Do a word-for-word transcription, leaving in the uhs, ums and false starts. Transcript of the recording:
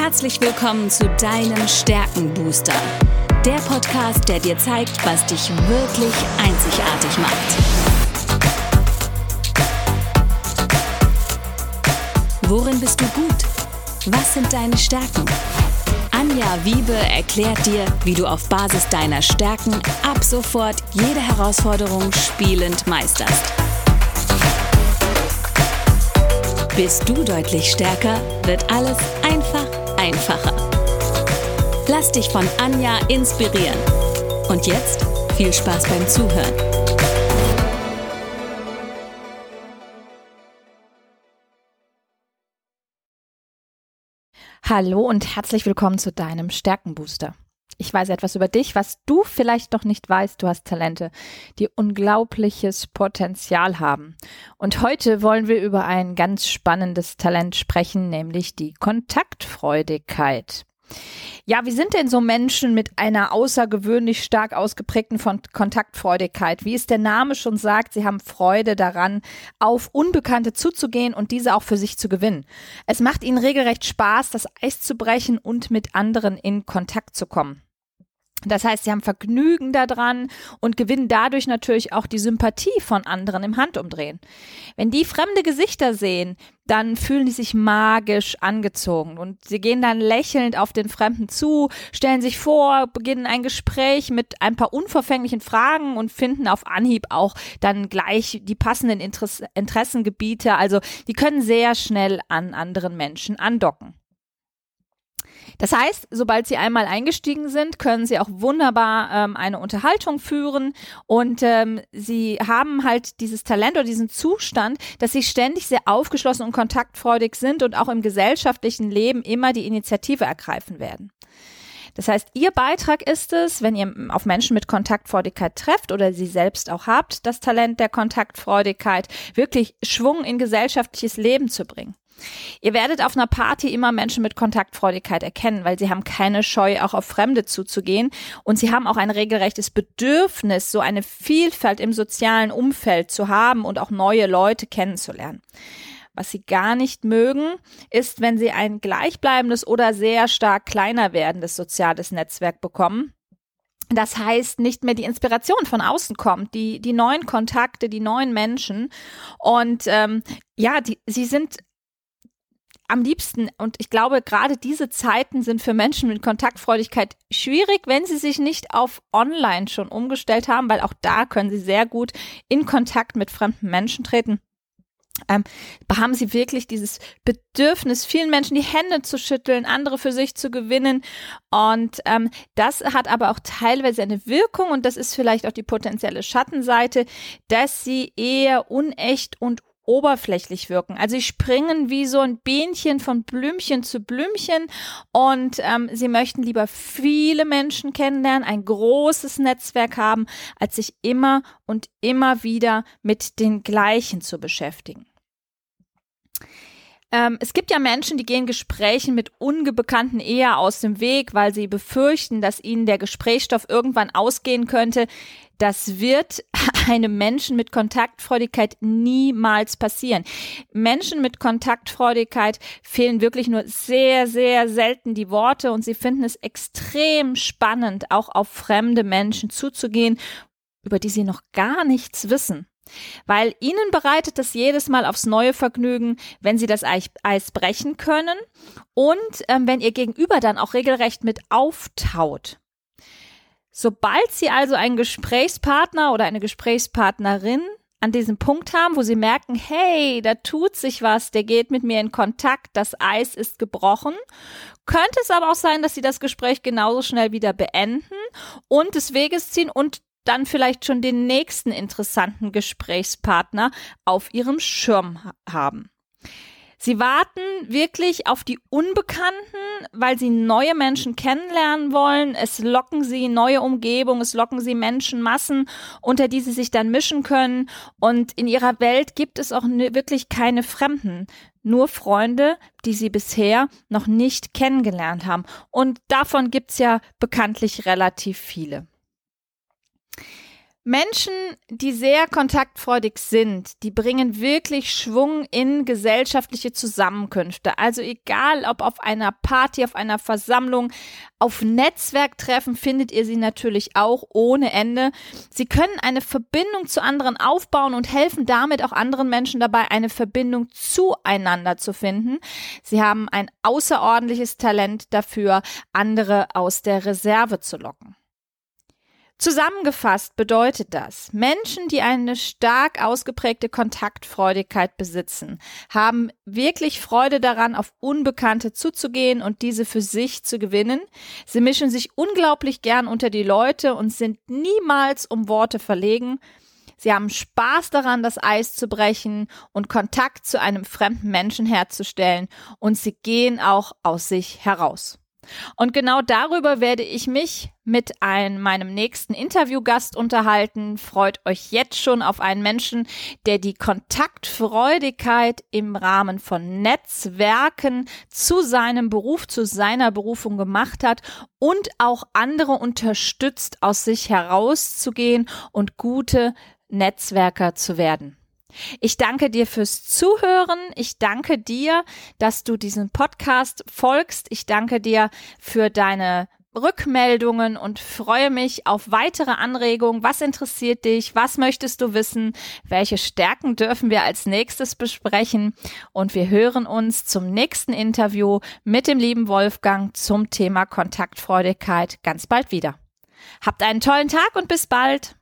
Herzlich willkommen zu deinem Stärkenbooster. Der Podcast, der dir zeigt, was dich wirklich einzigartig macht. Worin bist du gut? Was sind deine Stärken? Anja Wiebe erklärt dir, wie du auf Basis deiner Stärken ab sofort jede Herausforderung spielend meisterst. Bist du deutlich stärker, wird alles einfach einfacher. Lass dich von Anja inspirieren. Und jetzt viel Spaß beim Zuhören. Hallo und herzlich willkommen zu deinem Stärkenbooster. Ich weiß etwas über dich, was du vielleicht noch nicht weißt. Du hast Talente, die unglaubliches Potenzial haben. Und heute wollen wir über ein ganz spannendes Talent sprechen, nämlich die Kontaktfreudigkeit. Ja, wie sind denn so Menschen mit einer außergewöhnlich stark ausgeprägten von Kontaktfreudigkeit? Wie es der Name schon sagt, sie haben Freude daran, auf Unbekannte zuzugehen und diese auch für sich zu gewinnen. Es macht ihnen regelrecht Spaß, das Eis zu brechen und mit anderen in Kontakt zu kommen. Das heißt, sie haben Vergnügen daran und gewinnen dadurch natürlich auch die Sympathie von anderen im Handumdrehen. Wenn die fremde Gesichter sehen, dann fühlen die sich magisch angezogen und sie gehen dann lächelnd auf den Fremden zu, stellen sich vor, beginnen ein Gespräch mit ein paar unverfänglichen Fragen und finden auf Anhieb auch dann gleich die passenden Interess- Interessengebiete. Also die können sehr schnell an anderen Menschen andocken. Das heißt, sobald sie einmal eingestiegen sind, können sie auch wunderbar ähm, eine Unterhaltung führen und ähm, sie haben halt dieses Talent oder diesen Zustand, dass sie ständig sehr aufgeschlossen und kontaktfreudig sind und auch im gesellschaftlichen Leben immer die Initiative ergreifen werden. Das heißt, ihr Beitrag ist es, wenn ihr auf Menschen mit Kontaktfreudigkeit trefft oder sie selbst auch habt, das Talent der Kontaktfreudigkeit, wirklich Schwung in gesellschaftliches Leben zu bringen. Ihr werdet auf einer Party immer Menschen mit Kontaktfreudigkeit erkennen, weil sie haben keine Scheu, auch auf Fremde zuzugehen und sie haben auch ein regelrechtes Bedürfnis, so eine Vielfalt im sozialen Umfeld zu haben und auch neue Leute kennenzulernen. Was sie gar nicht mögen, ist, wenn sie ein gleichbleibendes oder sehr stark kleiner werdendes soziales Netzwerk bekommen. Das heißt, nicht mehr die Inspiration von außen kommt, die, die neuen Kontakte, die neuen Menschen und ähm, ja, die, sie sind am liebsten, und ich glaube, gerade diese Zeiten sind für Menschen mit Kontaktfreudigkeit schwierig, wenn sie sich nicht auf online schon umgestellt haben, weil auch da können sie sehr gut in Kontakt mit fremden Menschen treten. Ähm, haben sie wirklich dieses Bedürfnis, vielen Menschen die Hände zu schütteln, andere für sich zu gewinnen und ähm, das hat aber auch teilweise eine Wirkung und das ist vielleicht auch die potenzielle Schattenseite, dass sie eher unecht und oberflächlich wirken. Also sie springen wie so ein Bienchen von Blümchen zu Blümchen und ähm, sie möchten lieber viele Menschen kennenlernen, ein großes Netzwerk haben, als sich immer und immer wieder mit den Gleichen zu beschäftigen. Ähm, es gibt ja Menschen, die gehen Gesprächen mit Unbekannten eher aus dem Weg, weil sie befürchten, dass ihnen der Gesprächsstoff irgendwann ausgehen könnte. Das wird einem Menschen mit Kontaktfreudigkeit niemals passieren. Menschen mit Kontaktfreudigkeit fehlen wirklich nur sehr, sehr selten die Worte und sie finden es extrem spannend, auch auf fremde Menschen zuzugehen, über die sie noch gar nichts wissen. Weil ihnen bereitet das jedes Mal aufs neue Vergnügen, wenn sie das Eis brechen können und ähm, wenn ihr Gegenüber dann auch regelrecht mit auftaut. Sobald sie also einen Gesprächspartner oder eine Gesprächspartnerin an diesem Punkt haben, wo sie merken, hey, da tut sich was, der geht mit mir in Kontakt, das Eis ist gebrochen, könnte es aber auch sein, dass sie das Gespräch genauso schnell wieder beenden und des Weges ziehen und dann vielleicht schon den nächsten interessanten Gesprächspartner auf ihrem Schirm ha- haben. Sie warten wirklich auf die Unbekannten, weil sie neue Menschen kennenlernen wollen. Es locken sie neue Umgebungen, es locken sie Menschenmassen, unter die sie sich dann mischen können. Und in ihrer Welt gibt es auch ne, wirklich keine Fremden, nur Freunde, die sie bisher noch nicht kennengelernt haben. Und davon gibt's ja bekanntlich relativ viele. Menschen, die sehr kontaktfreudig sind, die bringen wirklich Schwung in gesellschaftliche Zusammenkünfte. Also egal, ob auf einer Party, auf einer Versammlung, auf Netzwerktreffen findet ihr sie natürlich auch ohne Ende. Sie können eine Verbindung zu anderen aufbauen und helfen damit auch anderen Menschen dabei, eine Verbindung zueinander zu finden. Sie haben ein außerordentliches Talent dafür, andere aus der Reserve zu locken. Zusammengefasst bedeutet das, Menschen, die eine stark ausgeprägte Kontaktfreudigkeit besitzen, haben wirklich Freude daran, auf Unbekannte zuzugehen und diese für sich zu gewinnen. Sie mischen sich unglaublich gern unter die Leute und sind niemals um Worte verlegen. Sie haben Spaß daran, das Eis zu brechen und Kontakt zu einem fremden Menschen herzustellen, und sie gehen auch aus sich heraus. Und genau darüber werde ich mich mit einem, meinem nächsten Interviewgast unterhalten. Freut euch jetzt schon auf einen Menschen, der die Kontaktfreudigkeit im Rahmen von Netzwerken zu seinem Beruf, zu seiner Berufung gemacht hat und auch andere unterstützt, aus sich herauszugehen und gute Netzwerker zu werden. Ich danke dir fürs Zuhören. Ich danke dir, dass du diesem Podcast folgst. Ich danke dir für deine Rückmeldungen und freue mich auf weitere Anregungen. Was interessiert dich? Was möchtest du wissen? Welche Stärken dürfen wir als nächstes besprechen? Und wir hören uns zum nächsten Interview mit dem lieben Wolfgang zum Thema Kontaktfreudigkeit ganz bald wieder. Habt einen tollen Tag und bis bald.